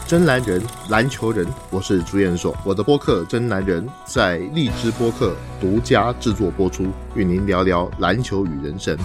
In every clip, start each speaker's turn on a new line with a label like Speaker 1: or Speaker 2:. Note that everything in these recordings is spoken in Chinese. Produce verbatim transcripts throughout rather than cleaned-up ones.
Speaker 1: 真男人篮球人，我是朱彦硕。我的播客真男人在荔枝播客独家制作播出，与您聊聊篮球与人生。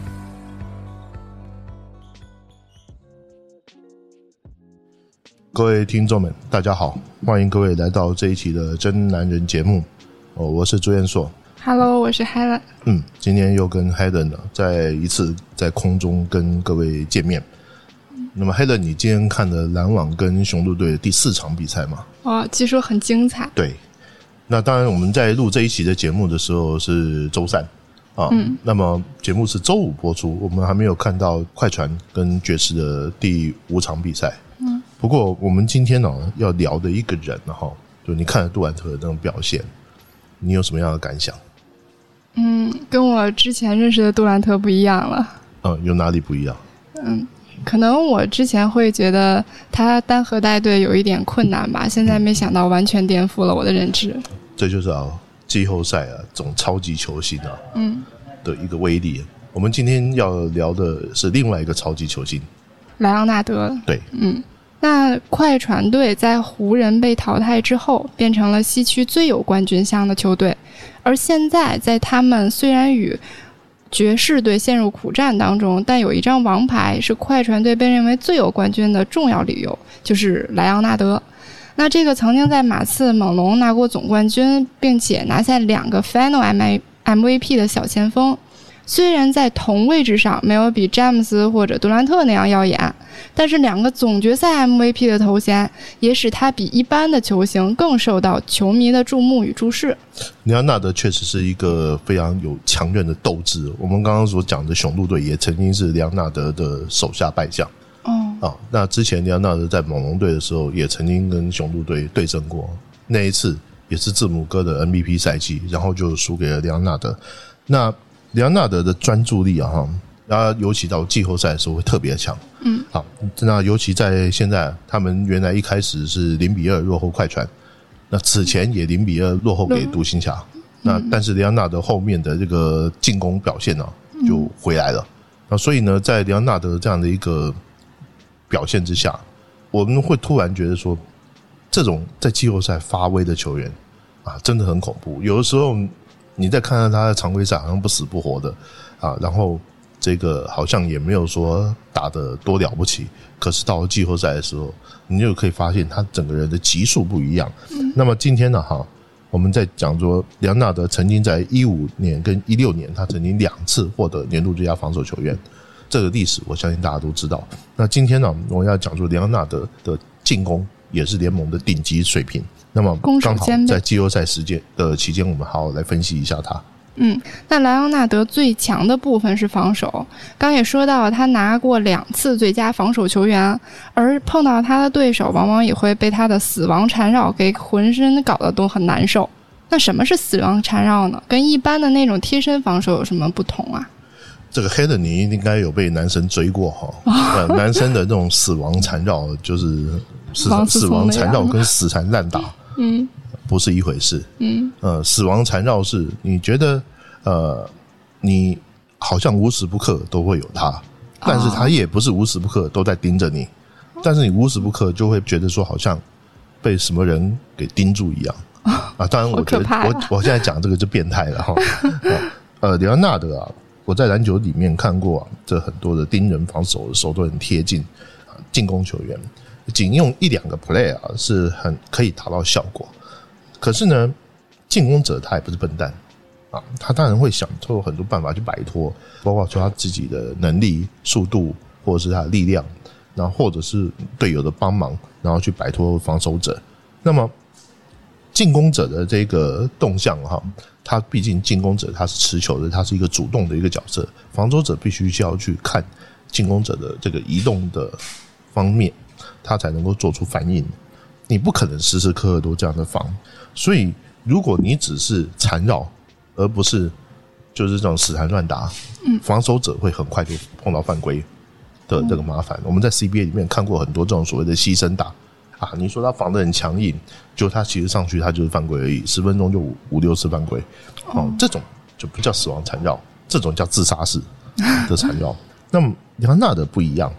Speaker 1: 各位听众们大家好，欢迎各位来到这一期的真男人节目、哦、我是朱彦硕。
Speaker 2: Hello， 我是 Helen。
Speaker 1: 嗯，今天又跟 Helen 呢再一次在空中跟各位见面。那么 Helen， 你今天看了篮网跟雄鹿队的第四场比赛吗？
Speaker 2: 哇，据说很精彩。
Speaker 1: 对，那当然我们在录这一期的节目的时候是周三啊，嗯，那么节目是周五播出，我们还没有看到快船跟爵士的第五场比赛。嗯，不过我们今天呢、哦、要聊的一个人哈，就你看了杜兰特的那种表现，你有什么样的感想？
Speaker 2: 嗯，跟我之前认识的杜兰特不一样了。
Speaker 1: 嗯，有哪里不一样？嗯。
Speaker 2: 可能我之前会觉得他单核带队有一点困难吧，现在没想到完全颠覆了我的认知。
Speaker 1: 这就是啊，季后赛啊，这种超级球星啊，嗯，的一个威力。我们今天要聊的是另外一个超级球星，
Speaker 2: 莱昂纳德。
Speaker 1: 对，
Speaker 2: 嗯，那快船队在湖人被淘汰之后，变成了西区最有冠军相的球队，而现在在他们虽然与爵士队陷入苦战当中，但有一张王牌是快船队被认为最有冠军的重要理由，就是莱昂纳德。那这个曾经在马刺猛龙拿过总冠军，并且拿下两个 Final M V P 的小前锋，虽然在同位置上没有比詹姆斯或者杜兰特那样耀眼，但是两个总决赛 M V P 的头衔也使他比一般的球星更受到球迷的注目与注视。
Speaker 1: 莱昂纳德确实是一个非常有强韧的斗志，我们刚刚所讲的雄鹿队也曾经是莱昂纳德的手下败将。哦，啊，那之前莱昂纳德在猛龙队的时候也曾经跟雄鹿队对阵过，那一次也是字母哥的 M V P 赛季，然后就输给了莱昂纳德。那莱昂纳德的专注力啊，然后尤其到季后赛的时候会特别强。嗯，好，那尤其在现在，他们原来一开始是零比二落后快船，那此前也零比二落后给独行侠。嗯、那但是莱昂纳德后面的这个进攻表现呢、啊，就回来了。嗯、那所以呢，在莱昂纳德这样的一个表现之下，我们会突然觉得说，这种在季后赛发威的球员啊，真的很恐怖。有的时候你在看到他在常规赛好像不死不活的啊，然后这个好像也没有说打得多了不起，可是到了季后赛的时候，你就可以发现他整个人的级数不一样。嗯、那么今天呢，哈，我们在讲说，莱昂纳德曾经在一五年跟一六年，他曾经两次获得年度最佳防守球员，这个历史我相信大家都知道。那今天呢，我要讲说莱昂纳德的进攻也是联盟的顶级水平。那么刚好在季后赛时间的期间，我们好好来分析一下他。
Speaker 2: 嗯，那莱昂纳德最强的部分是防守，刚也说到他拿过两次最佳防守球员，而碰到他的对手往往也会被他的死亡缠绕给浑身搞得都很难受。那什么是死亡缠绕呢？跟一般的那种贴身防守有什么不同啊？
Speaker 1: 这个黑的你应该有被男生追过哈、哦呃，男生的那种死亡缠绕就是死死亡缠绕跟死缠烂打，嗯，不是一回事。嗯，呃，死亡缠绕是你觉得呃，你好像无时不刻都会有他，但是他也不是无时不刻都在盯着你，哦、但是你无时不刻就会觉得说好像被什么人给盯住一样。啊，当然我觉得我我现在讲这个就变态了哈。呃，莱昂纳德啊。我在篮球里面看过、啊、这很多的盯人防守的时候都很贴近、啊、进攻球员，仅用一两个 play 啊是很可以达到效果。可是呢，进攻者他也不是笨蛋啊，他当然会想出很多办法去摆脱，包括说他自己的能力、速度，或者是他的力量，然后或者是队友的帮忙，然后去摆脱防守者。那么进攻者的这个动向哈，他毕竟进攻者他是持球的，他是一个主动的一个角色，防守者必须需要去看进攻者的这个移动的方面，他才能够做出反应。你不可能时时刻刻都这样的防，所以如果你只是缠绕，而不是就是这种死缠烂打，防守者会很快就碰到犯规的这个麻烦。我们在 C B A 里面看过很多这种所谓的牺牲打。啊，你说他防得很强硬，就他其实上去他就是犯规而已，十分钟就五五六次犯规，哦，这种就不叫死亡缠绕，这种叫自杀式的缠绕。那么莱昂纳德不一样，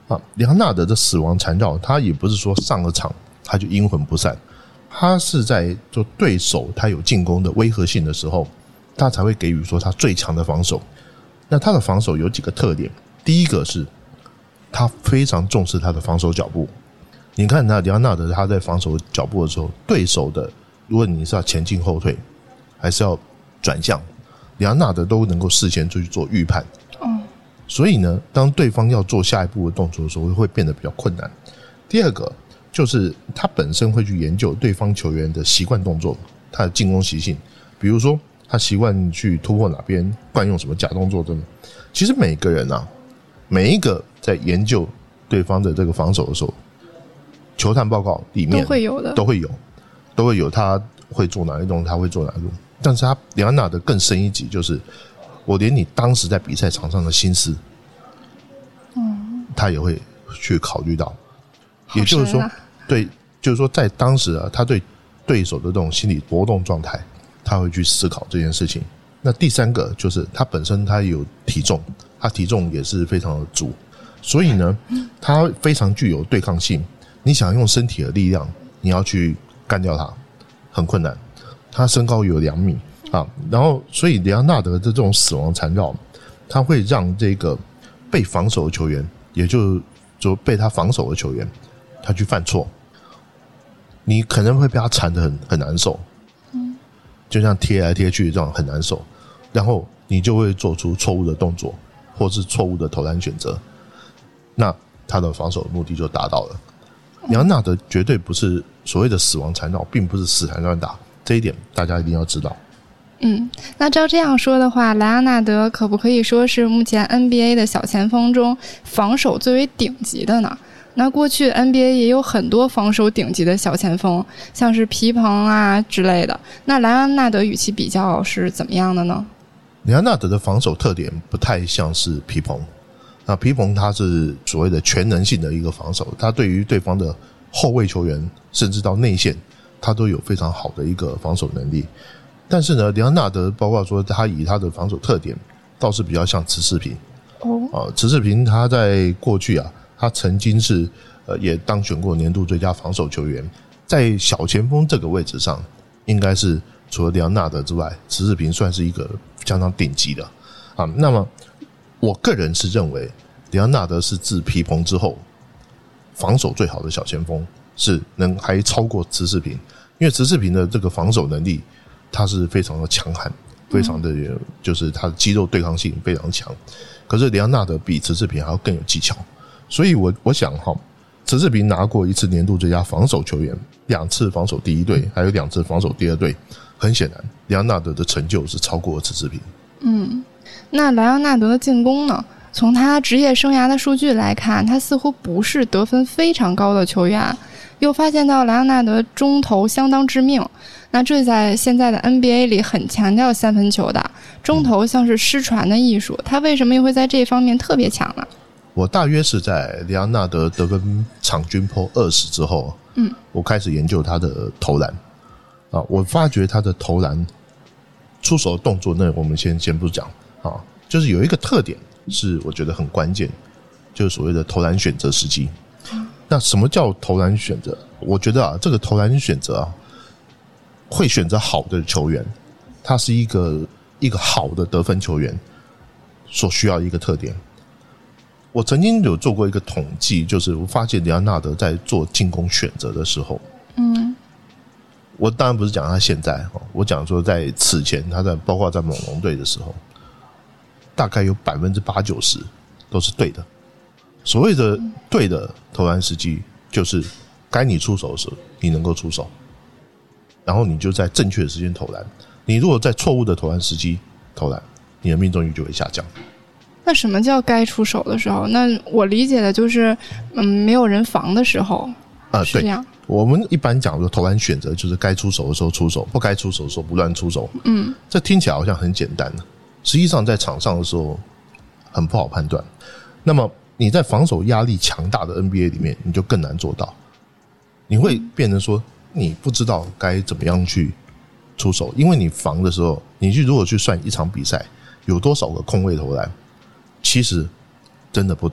Speaker 1: 啊，里昂纳德的死亡缠绕，他也不是说上了场他就阴魂不散，他是在做对手他有进攻的威吓性的时候，他才会给予说他最强的防守。那他的防守有几个特点，第一个是他非常重视他的防守脚步。你看他里昂纳德他在防守脚步的时候，对手的如果你是要前进后退还是要转向，里昂纳德都能够事先就去做预判。哦，所以呢，当对方要做下一步的动作的时候，会变得比较困难。第二个就是他本身会去研究对方球员的习惯动作，他的进攻习性，比如说他习惯去突破哪边，惯用什么假动作等等。其实每个人啊，每一个在研究对方的这个防守的时候，球探报告里面
Speaker 2: 都会有的，
Speaker 1: 都会有，都会有他会做哪一种，他会做哪一种。但是他里昂纳德更深一级，就是我连你当时在比赛场上的心思，嗯，他也会去考虑到。也就是说，对，就是说，在当时啊，他对对手的这种心理波动状态，他会去思考这件事情。那第三个就是他本身他有体重，他体重也是非常的足，所以呢，他非常具有对抗性。你想用身体的力量，你要去干掉他，很困难。他身高有两米啊，然后所以里昂纳德的这种死亡缠绕，他会让这个被防守的球员，也就是说被他防守的球员，他去犯错，你可能会被他缠得很很难受，嗯，就像贴来贴去这样很难受，然后你就会做出错误的动作，或是错误的投篮选择，那他的防守的目的就达到了。里昂纳德绝对不是所谓的死亡缠绕，并不是死缠烂打，这一点大家一定要知道。
Speaker 2: 嗯，那照这样说的话，莱昂纳德可不可以说是目前 N B A 的小前锋中防守最为顶级的呢？那过去 N B A 也有很多防守顶级的小前锋，像是皮蓬啊之类的。那莱昂纳德与其比较是怎么样的呢？
Speaker 1: 里昂纳德的防守特点不太像是皮蓬。那皮蓬他是所谓的全能性的一个防守，他对于对方的后卫球员甚至到内线，他都有非常好的一个防守能力。但是呢，里昂纳德包括说他以他的防守特点，倒是比较像池世平。哦，啊，池世平他在过去啊，他曾经是呃也当选过年度最佳防守球员，在小前锋这个位置上，应该是除了里昂纳德之外，池世平算是一个相当顶级的啊。那么我个人是认为，里昂纳德是自皮蓬之后防守最好的小前锋，是能还超过池世平，因为池世平的这个防守能力，他是非常的强悍，非常的就是他的肌肉对抗性非常强。可是里昂纳德比池世平还要更有技巧，所以我我想哈，池世平拿过一次年度最佳防守球员，两次防守第一队，还有两次防守第二队，很显然，里昂纳德的成就是超过池世平。嗯。
Speaker 2: 那莱昂纳德的进攻呢？从他职业生涯的数据来看，他似乎不是得分非常高的球员。又发现到莱昂纳德中投相当致命，那这在现在的 N B A 里很强调三分球的，中投像是失传的艺术，他为什么又会在这方面特别强呢？
Speaker 1: 我大约是在里昂纳德得分场均破二十之后，嗯，我开始研究他的投篮啊，我发觉他的投篮出手的动作，那我们先先不讲啊，就是有一个特点是我觉得很关键，就是所谓的投篮选择时机。那什么叫投篮选择？我觉得啊，这个投篮选择啊，会选择好的球员，他是一个一个好的得分球员所需要的一个特点。我曾经有做过一个统计，就是我发现里昂纳德在做进攻选择的时候，嗯，我当然不是讲他现在，我讲说在此前，他在包括在猛龙队的时候，大概有百分之八九十都是对的。所谓的对的投篮时机，就是该你出手的时候，你能够出手，然后你就在正确的时间投篮。你如果在错误的投篮时机投篮，你的命中率就会下降。
Speaker 2: 那什么叫该出手的时候？那我理解的就是，嗯，没有人防的时候。啊、呃，对，
Speaker 1: 我们一般讲说投篮选择就是该出手的时候出手，不该出手的时候不乱出手。嗯，这听起来好像很简单，实际上在场上的时候很不好判断。那么你在防守压力强大的 N B A 里面，你就更难做到。你会变成说，你不知道该怎么样去出手，因为你防的时候，你去如果去算一场比赛有多少个空位投篮，其实真的不多。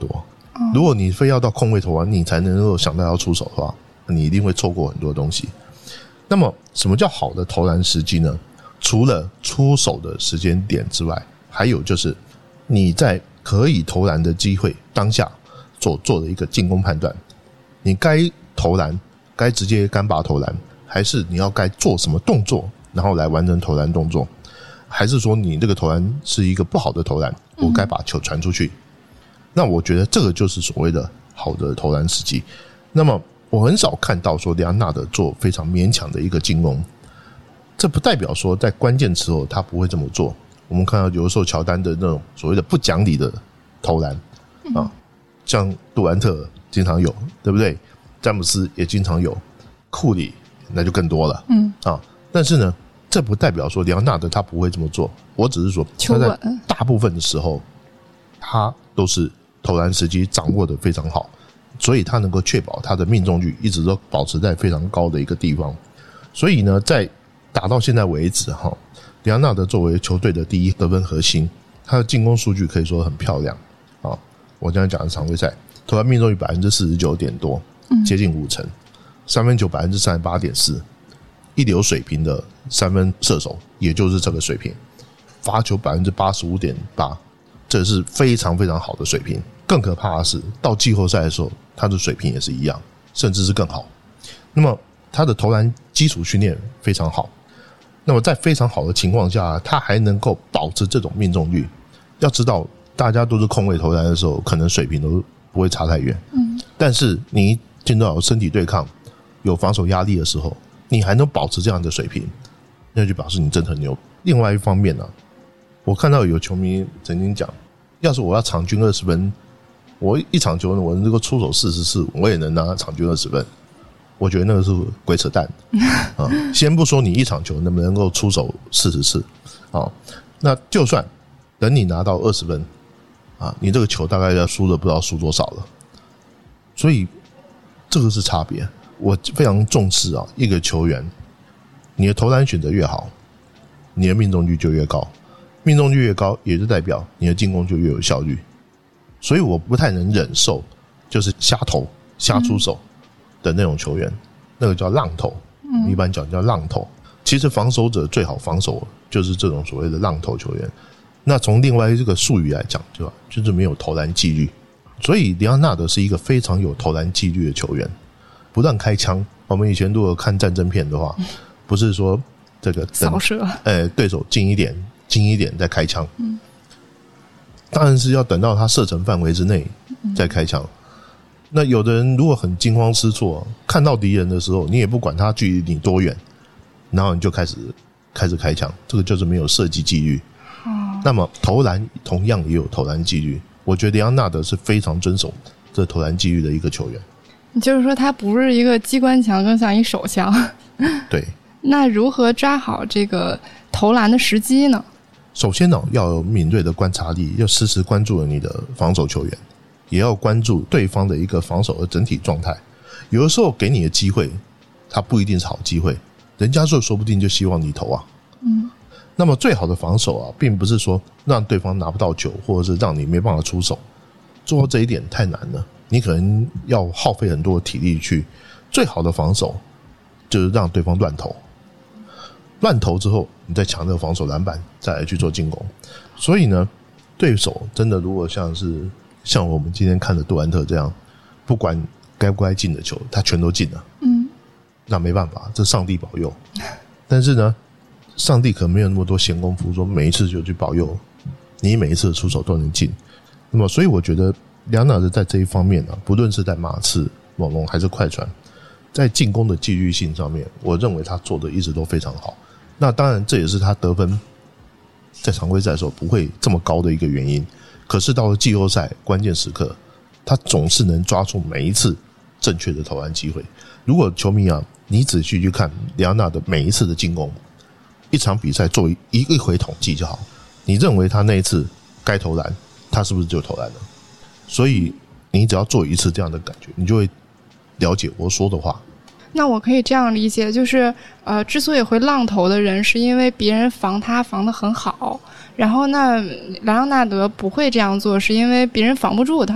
Speaker 1: 如果你非要到空位投篮你才能够想到要出手的话，你一定会错过很多东西。那么什么叫好的投篮时机呢？除了出手的时间点之外，还有就是你在可以投篮的机会当下所做的一个进攻判断，你该投篮，该直接干拔投篮，还是你要该做什么动作然后来完成投篮动作，还是说你这个投篮是一个不好的投篮，我该把球传出去、嗯、那我觉得这个就是所谓的好的投篮时机。那么我很少看到说里昂纳德做非常勉强的一个进攻，这不代表说在关键时候他不会这么做。我们看到有的时候乔丹的那种所谓的不讲理的投篮、嗯、啊，像杜兰特经常有，对不对？詹姆斯也经常有，库里那就更多了，嗯啊。但是呢，这不代表说里昂纳德他不会这么做。我只是说他在大部分的时候，他都是投篮时机掌握的非常好，所以他能够确保他的命中率一直都保持在非常高的一个地方。所以呢，在打到现在为止哈，里昂纳德作为球队的第一得分核心，他的进攻数据可以说很漂亮啊。我刚才讲的常规赛投篮命中率 百分之四十九点 多，接近五成，三分球 百分之三十八点四， 一流水平的三分射手也就是这个水平，罚球 百分之八十五点八， 这是非常非常好的水平。更可怕的是到季后赛的时候他的水平也是一样，甚至是更好。那么他的投篮基础训练非常好，那么在非常好的情况下他还能够保持这种命中率。要知道大家都是空位投篮的时候可能水平都不会差太远，嗯，但是你见到有身体对抗有防守压力的时候你还能保持这样的水平，那就表示你真的很牛。另外一方面呢、啊，我看到有球迷曾经讲，要是我要场均二十分，我一场球我能够出手四十次我也能拿场均二十分，我觉得那个是鬼扯淡、啊、先不说你一场球能不能够出手四十次、啊、那就算等你拿到二十分啊，你这个球大概要输了不知道输多少了。所以这个是差别。我非常重视啊，一个球员你的投篮选择越好，你的命中率就越高，命中率越高也就代表你的进攻就越有效率。所以我不太能忍受就是瞎投瞎出手的那种球员、嗯、那个叫浪投，一般讲叫浪投。其实防守者最好防守就是这种所谓的浪投球员。那从另外这个术语来讲，就就是没有投篮纪律。所以里昂纳德是一个非常有投篮纪律的球员，不断开枪。我们以前如果看战争片的话，不是说这个
Speaker 2: 扫射，
Speaker 1: 呃，对手近一点近一点再开枪，嗯，当然是要等到他射程范围之内再开枪。那有的人如果很惊慌失措，看到敌人的时候你也不管他距离你多远，然后你就开始开始开枪，这个就是没有射击纪律。那么投篮同样也有投篮纪律，我觉得里昂纳德是非常遵守这投篮纪律的一个球员。
Speaker 2: 你就是说他不是一个机关枪，更像一手枪。
Speaker 1: 对。
Speaker 2: 那如何抓好这个投篮的时机呢？
Speaker 1: 首先呢，要有敏锐的观察力，要时时关注你的防守球员，也要关注对方的一个防守的整体状态。有的时候给你的机会他不一定是好机会，人家就说不定就希望你投啊。嗯。那么最好的防守啊，并不是说让对方拿不到球，或者是让你没办法出手，做到这一点太难了，你可能要耗费很多的体力去。最好的防守就是让对方乱投，乱投之后你再抢这个防守篮板，再来去做进攻。所以呢，对手真的如果像是像我们今天看的杜兰特这样，不管该不该进的球他全都进了，嗯，那没办法，这上帝保佑。但是呢，上帝可能没有那么多闲工夫说每一次就去保佑你每一次的出手都能进。那么所以我觉得里昂纳德在这一方面啊，不论是在马刺、猛龙还是快船，在进攻的纪律性上面，我认为他做的一直都非常好。那当然这也是他得分在常规赛的时候不会这么高的一个原因，可是到了季后赛关键时刻，他总是能抓住每一次正确的投篮机会。如果球迷啊，你仔细去看里昂纳德每一次的进攻，一场比赛做一个回统计就好，你认为他那一次该投篮他是不是就投篮了？所以你只要做一次这样的感觉，你就会了解我说的话。
Speaker 2: 那我可以这样理解，就是呃，之所以会浪投的人是因为别人防他防得很好，然后那莱昂纳德不会这样做是因为别人防不住他。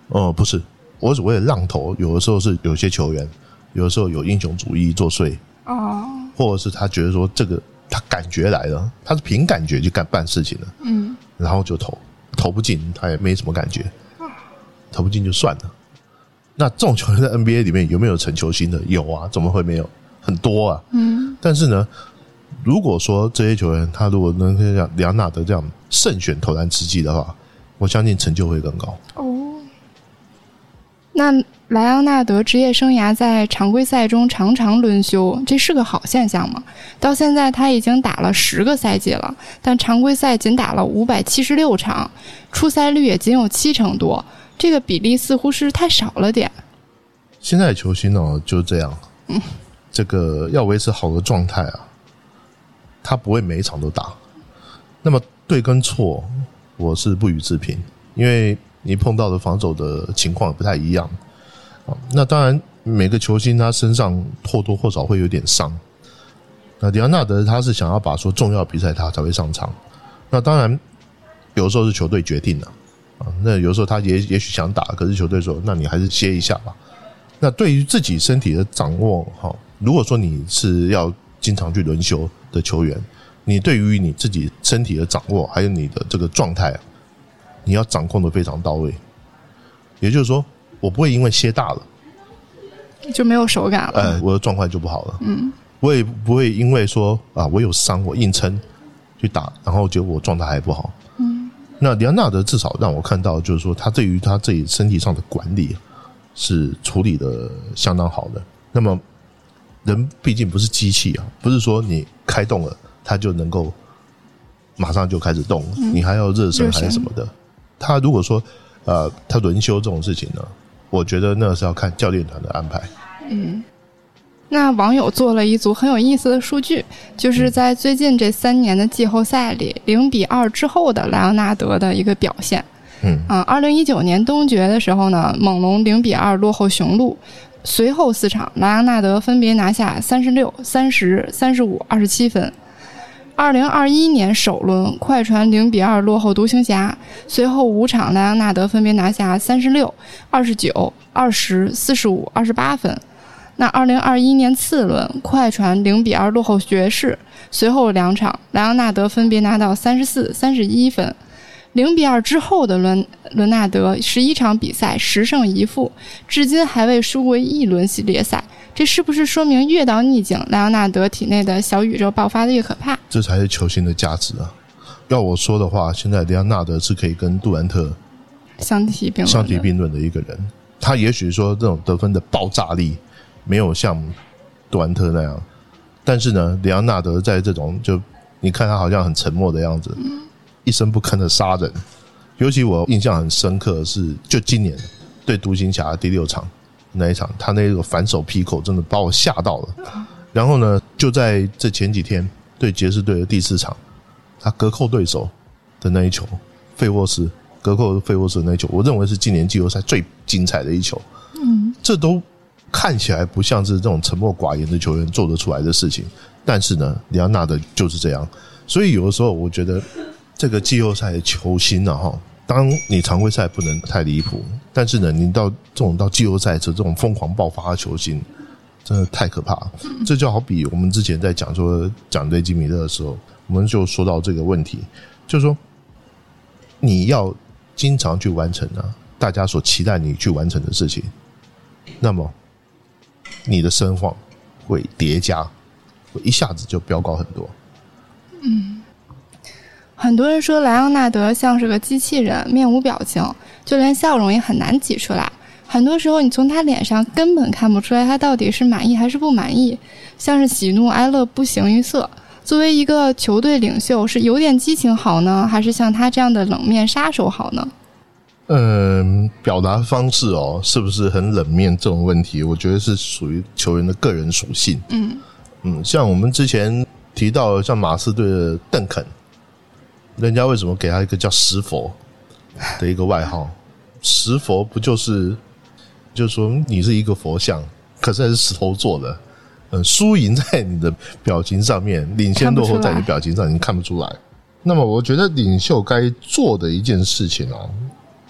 Speaker 1: 哦、呃，不是，我所谓的浪头，有的时候是有些球员，有的时候有英雄主义作祟，
Speaker 2: 哦，
Speaker 1: 或者是他觉得说这个他感觉来了，他是凭感觉去干办事情的，
Speaker 2: 嗯，
Speaker 1: 然后就投，投不进他也没什么感觉，投不进就算了。那这种球员在 N B A 里面有没有成球星的？有啊，怎么会没有？很多啊。
Speaker 2: 嗯，
Speaker 1: 但是呢，如果说这些球员他如果能像里昂纳德这样慎选投篮之技的话，我相信成就会更高。
Speaker 2: 哦，那莱昂纳德职业生涯在常规赛中常常轮休，这是个好现象吗？到现在他已经打了十个赛季了，但常规赛仅打了五百七十六场，出赛率也仅有七成多，这个比例似乎是太少了点。
Speaker 1: 现在的球星哦就是这样，嗯，这个要维持好的状态啊，他不会每一场都打。那么对跟错，我是不予置评，因为你碰到的防守的情况不太一样。那当然，每个球星他身上或多或少会有点伤。那里昂纳德他是想要把说重要比赛他才会上场。那当然，有的时候是球队决定的啊。那有的时候他也也许想打，可是球队说，那你还是歇一下吧。那对于自己身体的掌握，哈，如果说你是要经常去轮休的球员，你对于你自己身体的掌握，还有你的这个状态啊，你要掌控的非常到位。也就是说，我不会因为歇大了
Speaker 2: 就没有手感了，
Speaker 1: 哎，我的状况就不好了。
Speaker 2: 嗯，
Speaker 1: 我也不会因为说啊，我有伤，我硬撑去打，然后结果我状态还不好。
Speaker 2: 嗯，
Speaker 1: 那里昂纳德至少让我看到，就是说他对于他自己身体上的管理是处理的相当好的。那么人毕竟不是机器啊，不是说你开动了他就能够马上就开始动，嗯、你还要热身还是什么的。他如果说呃他轮休这种事情呢，我觉得那是要看教练团的安排。
Speaker 2: 嗯，那网友做了一组很有意思的数据，就是在最近这三年的季后赛里，零比二之后的莱昂纳德的一个表现。
Speaker 1: 嗯
Speaker 2: 啊，二零一九年东决的时候呢，猛龙零比二落后雄鹿，随后四场莱昂纳德分别拿下三十六、三十、三十五、二十七分。二零二一年首轮，快船零比二落后独行侠，随后五场莱昂纳德分别拿下三十六、二十九、二十、四十五、二十八分。那二零二一年次轮，快船零比二落后爵士，随后两场莱昂纳德分别拿到三十四、三十一分。零比二之后的伦伦纳德十一场比赛十胜一负，至今还未输过一轮系列赛。这是不是说明越到逆境，莱昂纳德体内的小宇宙爆发的越可怕？
Speaker 1: 这才是球星的价值啊！要我说的话，现在莱昂纳德是可以跟杜兰特
Speaker 2: 相提并论
Speaker 1: 相提并论的一个人。他也许说这种得分的爆炸力没有像杜兰特那样，但是呢，莱昂纳德在这种就你看他好像很沉默的样子。嗯，一声不吭的杀人。尤其我印象很深刻的是就今年对独行侠第六场那一场，他那个反手劈口真的把我吓到了。然后呢，就在这前几天对爵士队的第四场，他隔扣对手的那一球，费沃斯隔扣费沃斯的那一球，我认为是今年季后赛最精彩的一球。
Speaker 2: 嗯，
Speaker 1: 这都看起来不像是这种沉默寡言的球员做得出来的事情，但是呢，里昂纳德就是这样。所以有的时候我觉得这个季后赛的球星啊，当你常规赛不能太离谱，但是呢，你到这种到季后赛这种疯狂爆发的球星，真的太可怕了。这就好比我们之前在讲说讲雷吉米勒的时候，我们就说到这个问题，就是说你要经常去完成啊大家所期待你去完成的事情，那么你的声望会叠加，会一下子就飙高很多。
Speaker 2: 嗯，很多人说莱昂纳德像是个机器人，面无表情，就连笑容也很难挤出来。很多时候你从他脸上根本看不出来他到底是满意还是不满意，像是喜怒哀乐不形于色。作为一个球队领袖，是有点激情好呢，还是像他这样的冷面杀手好呢？
Speaker 1: 嗯，表达方式哦，是不是很冷面这种问题，我觉得是属于球员的个人属性。
Speaker 2: 嗯
Speaker 1: 嗯，像我们之前提到像马刺队的邓肯，人家为什么给他一个叫石佛的一个外号？石佛不就是就是说你是一个佛像，可是还是石头做的。嗯，输赢在你的表情上面，领先落后在你的表情上，你看不出来。那么我觉得领袖该做的一件事情哦，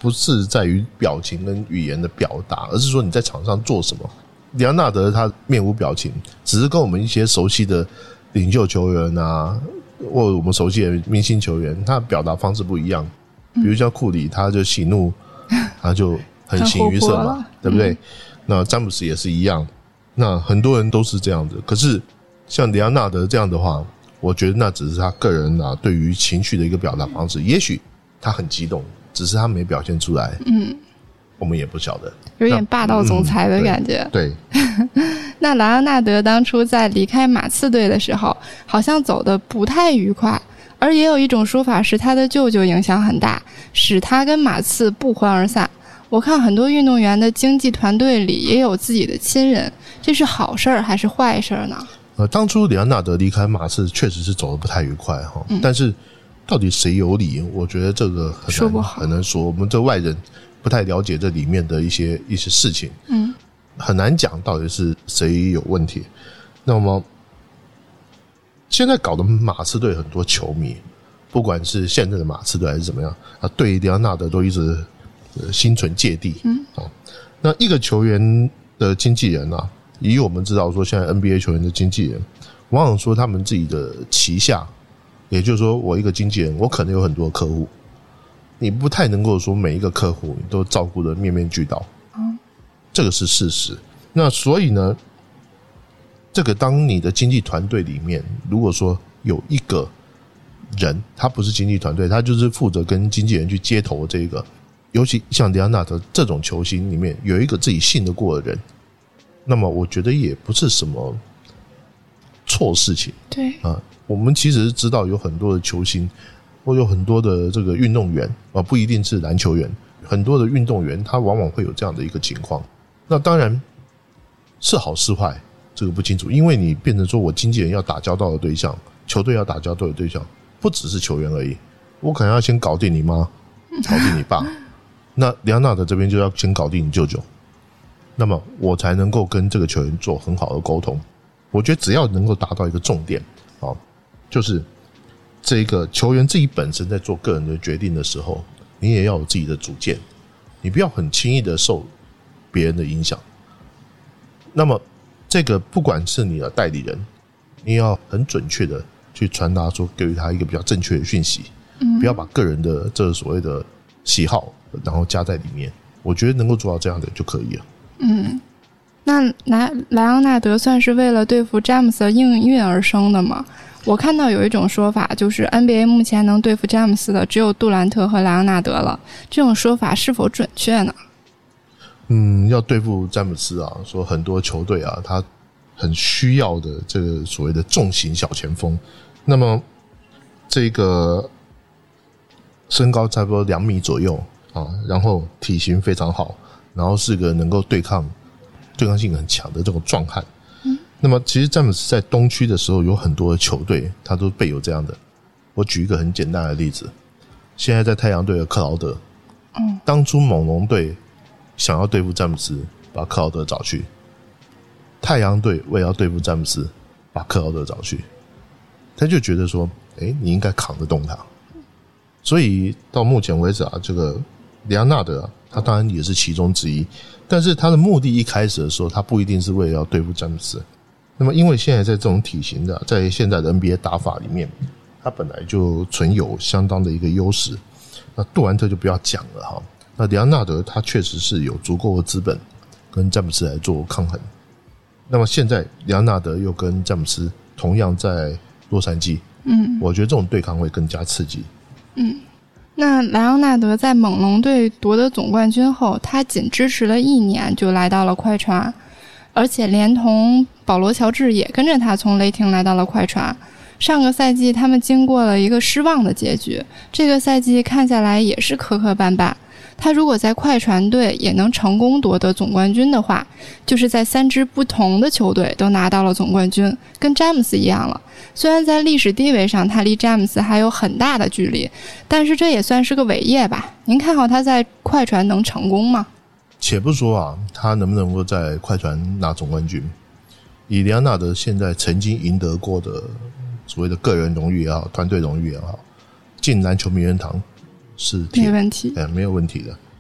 Speaker 1: 不是在于表情跟语言的表达，而是说你在场上做什么。里昂纳德他面无表情，只是跟我们一些熟悉的领袖球员啊，或我们熟悉的明星球员，他的表达方式不一样。比如像库里，他就喜怒，他就很形于色嘛，对不对？嗯、那詹姆斯也是一样，那很多人都是这样子。可是像里昂纳德这样的话，我觉得那只是他个人啊对于情绪的一个表达方式。也许他很激动，只是他没表现出来。嗯。我们也不晓得，
Speaker 2: 有点霸道总裁的感觉。
Speaker 1: 嗯、对，
Speaker 2: 对那莱昂纳德当初在离开马刺队的时候，好像走得不太愉快，而也有一种说法是他的舅舅影响很大，使他跟马刺不欢而散。我看很多运动员的经纪团队里也有自己的亲人，这是好事儿还是坏事儿呢？
Speaker 1: 呃，当初里昂纳德离开马刺确实是走得不太愉快哈、嗯，但是到底谁有理？我觉得这个很难说不好，很难说。我们这外人不太了解这里面的一些一些事情，嗯，很难讲到底是谁有问题。那么现在搞的马刺队很多球迷，不管是现在的马刺队还是怎么样啊，对里昂纳德都一直、呃、心存芥蒂。嗯，啊，那一个球员的经纪人啊，以我们知道说现在 N B A 球员的经纪人，往往说他们自己的旗下，也就是说我一个经纪人，我可能有很多客户。你不太能够说每一个客户你都照顾得面面俱到，嗯，这个是事实。那所以呢，这个当你的经纪团队里面，如果说有一个人，他不是经纪团队，他就是负责跟经纪人去接头这个，尤其像里昂纳德这种球星里面有一个自己信得过的人，那么我觉得也不是什么错事情。
Speaker 2: 对
Speaker 1: 啊，我们其实知道有很多的球星。或有很多的这个运动员啊，不一定是篮球员，很多的运动员他往往会有这样的一个情况。那当然是好是坏，这个不清楚，因为你变成说我经纪人要打交道的对象，球队要打交道的对象，不只是球员而已。我可能要先搞定你妈，搞定你爸，那里昂纳德这边就要先搞定你舅舅，那么我才能够跟这个球员做很好的沟通。我觉得只要能够达到一个重点啊，就是这个球员自己本身在做个人的决定的时候，你也要有自己的主见，你不要很轻易的受别人的影响。那么这个不管是你的代理人，你要很准确的去传达出给予他一个比较正确的讯息，嗯，不要把个人的这个所谓的喜好然后加在里面。我觉得能够做到这样的就可以了。嗯，
Speaker 2: 那莱莱昂纳德算是为了对付詹姆斯的应运而生的吗？我看到有一种说法，就是 N B A 目前能对付詹姆斯的只有杜兰特和莱昂纳德了，这种说法是否准确呢？
Speaker 1: 嗯，要对付詹姆斯啊，说很多球队啊，他很需要的这个所谓的重型小前锋，那么这个身高差不多两米左右啊，然后体型非常好，然后是个能够对抗对抗性很强的这种壮汉。那么其实詹姆斯在东区的时候有很多的球队他都备有这样的。我举一个很简单的例子，现在在太阳队的克劳德，嗯，当初猛龙队想要对付詹姆斯，把克劳德找去，太阳队为了要对付詹姆斯，把克劳德找去，他就觉得说诶你应该扛得动他。所以到目前为止啊，这个里昂纳德啊，他当然也是其中之一，但是他的目的一开始的时候，他不一定是为了要对付詹姆斯。那么因为现在在这种体型的，在现在的 N B A 打法里面，他本来就存有相当的一个优势。那杜兰特就不要讲了哈。那里昂纳德他确实是有足够的资本跟詹姆斯来做抗衡。那么现在里昂纳德又跟詹姆斯同样在洛杉矶，嗯，我觉得这种对抗会更加刺激。
Speaker 2: 嗯，那莱昂纳德在猛龙队夺得总冠军后，他仅支持了一年就来到了快船，而且连同保罗乔治也跟着他从雷霆来到了快船。上个赛季他们经过了一个失望的结局，这个赛季看下来也是磕磕绊绊。他如果在快船队也能成功夺得总冠军的话，就是在三支不同的球队都拿到了总冠军，跟詹姆斯一样了。虽然在历史地位上他离詹姆斯还有很大的距离，但是这也算是个伟业吧。您看好他在快船能成功吗？
Speaker 1: 且不说啊，他能不能够在快船拿总冠军，以里昂纳德现在曾经赢得过的所谓的个人荣誉也好，团队荣誉也好，进篮球名人堂是
Speaker 2: 没问题，
Speaker 1: 哎，没有问题的。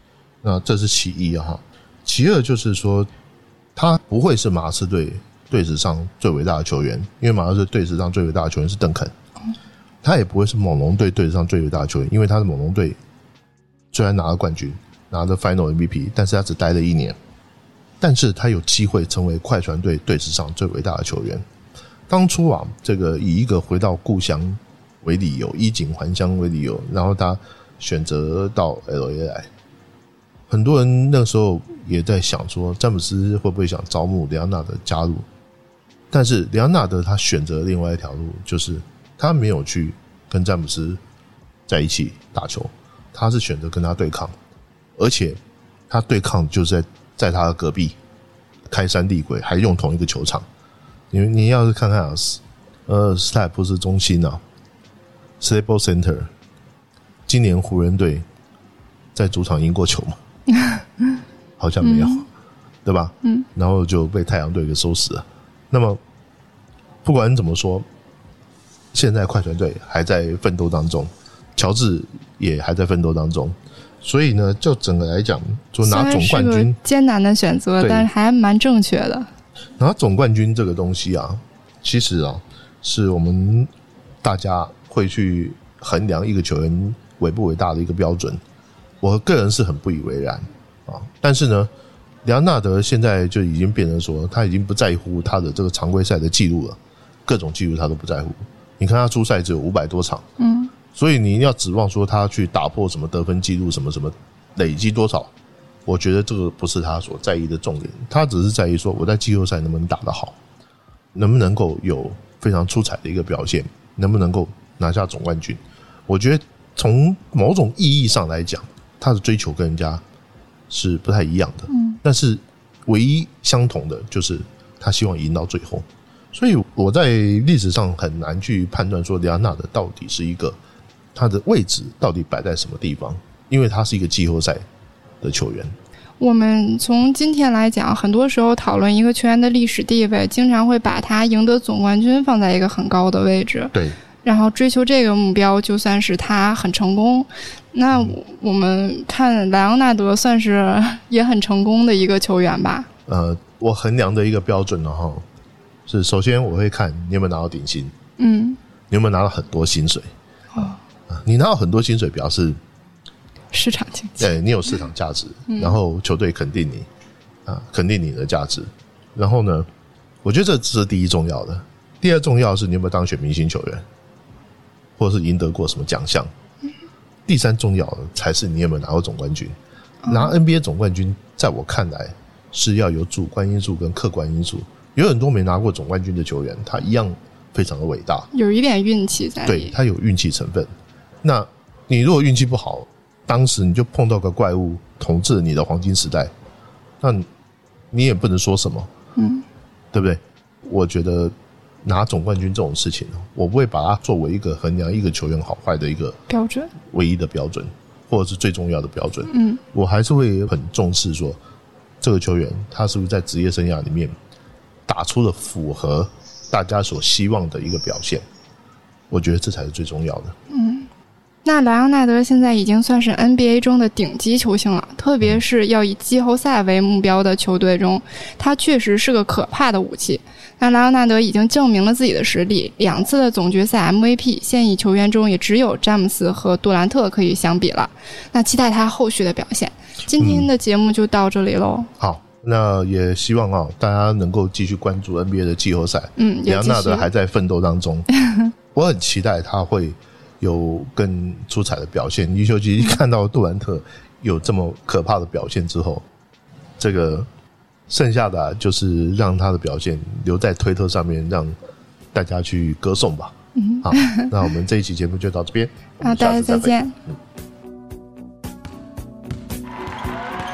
Speaker 1: 那这是其一啊。其二就是说，他不会是马刺队队史上最伟大的球员，因为马刺队队史上最伟大的球员是邓肯。他也不会是猛龙队队史上最伟大的球员，因为他是猛龙队虽然拿了冠军，拿了 Final M V P， 但是他只待了一年。但是他有机会成为快船队队史上最伟大的球员。当初啊，这个以一个回到故乡为理由，衣锦还乡为理由，然后他选择到 L A 来。很多人那时候也在想说，詹姆斯会不会想招募里昂纳德加入？但是里昂纳德他选择另外一条路，就是他没有去跟詹姆斯在一起打球，他是选择跟他对抗，而且他对抗就是在在他的隔壁开山立鬼，还用同一个球场。你你要是看看啊，呃，斯泰普斯中心啊 ，Staples Center， 今年湖人队在主场赢过球吗？好像没有，嗯、对吧？嗯，然后就被太阳队给收拾了。那么不管怎么说，现在快船队还在奋斗当中，乔治也还在奋斗当中，所以呢，就整个来讲，就拿总冠军
Speaker 2: 艰难的选择，但是还蛮正确的。
Speaker 1: 拿总冠军这个东西啊，其实啊，是我们大家会去衡量一个球员伟不伟大的一个标准。我个人是很不以为然啊，但是呢，里昂纳德现在就已经变成说，他已经不在乎他的这个常规赛的记录了，各种记录他都不在乎。你看他出赛只有五百多场，嗯，所以你要指望说他去打破什么得分记录，什么什么累积多少，我觉得这个不是他所在意的重点。他只是在意说我在季后赛能不能打得好，能不能够有非常出彩的一个表现，能不能够拿下总冠军。我觉得从某种意义上来讲，他的追求跟人家是不太一样的，嗯，但是唯一相同的就是他希望赢到最后。所以我在历史上很难去判断说里昂纳德到底是一个他的位置到底摆在什么地方，因为他是一个季后赛的球员。
Speaker 2: 我们从今天来讲，很多时候讨论一个球员的历史地位，经常会把他赢得总冠军放在一个很高的位置，
Speaker 1: 对，
Speaker 2: 然后追求这个目标，就算是他很成功。那我们看莱昂纳德算是也很成功的一个球员吧。
Speaker 1: 呃，我衡量的一个标准呢，哈，是首先我会看你有没有拿到顶薪，嗯，你有没有拿到很多薪水。哦，你拿到很多薪水表示
Speaker 2: 市场经济，
Speaker 1: 对，你有市场价值，嗯，然后球队肯定你啊，肯定你的价值。然后呢，我觉得这是第一重要的。第二重要的是你有没有当选明星球员，或者是赢得过什么奖项。第三重要的才是你有没有拿过总冠军。拿 N B A 总冠军在我看来是要有主观因素跟客观因素。有很多没拿过总冠军的球员，他一样非常的伟大，
Speaker 2: 有一点运气在里，
Speaker 1: 对，他有运气成分。那你如果运气不好，当时你就碰到个怪物统治了你的黄金时代，那你也不能说什么，嗯，对不对？我觉得拿总冠军这种事情，我不会把它作为一个衡量一个球员好坏的一个
Speaker 2: 标准，
Speaker 1: 唯一的标准，或者是最重要的标准。嗯，我还是会很重视说，这个球员他是不是在职业生涯里面打出了符合大家所希望的一个表现。我觉得这才是最重要的。嗯，
Speaker 2: 那莱昂纳德现在已经算是 N B A 中的顶级球星了，特别是要以季后赛为目标的球队中，他确实是个可怕的武器。那莱昂纳德已经证明了自己的实力，两次的总决赛 M V P， 现役球员中也只有詹姆斯和杜兰特可以相比了。那期待他后续的表现。今天的节目就到这里咯、嗯、
Speaker 1: 好，那也希望啊，大家能够继续关注 N B A 的季后赛。嗯，莱昂纳德还在奋斗当中，我很期待他会有更出彩的表现。尤其看到杜兰特有这么可怕的表现之后，这个剩下的、啊、就是让他的表现留在推特上面，让大家去歌颂吧。嗯，好，那我们这一期节目就到这边，
Speaker 2: 好，大家再见。嗯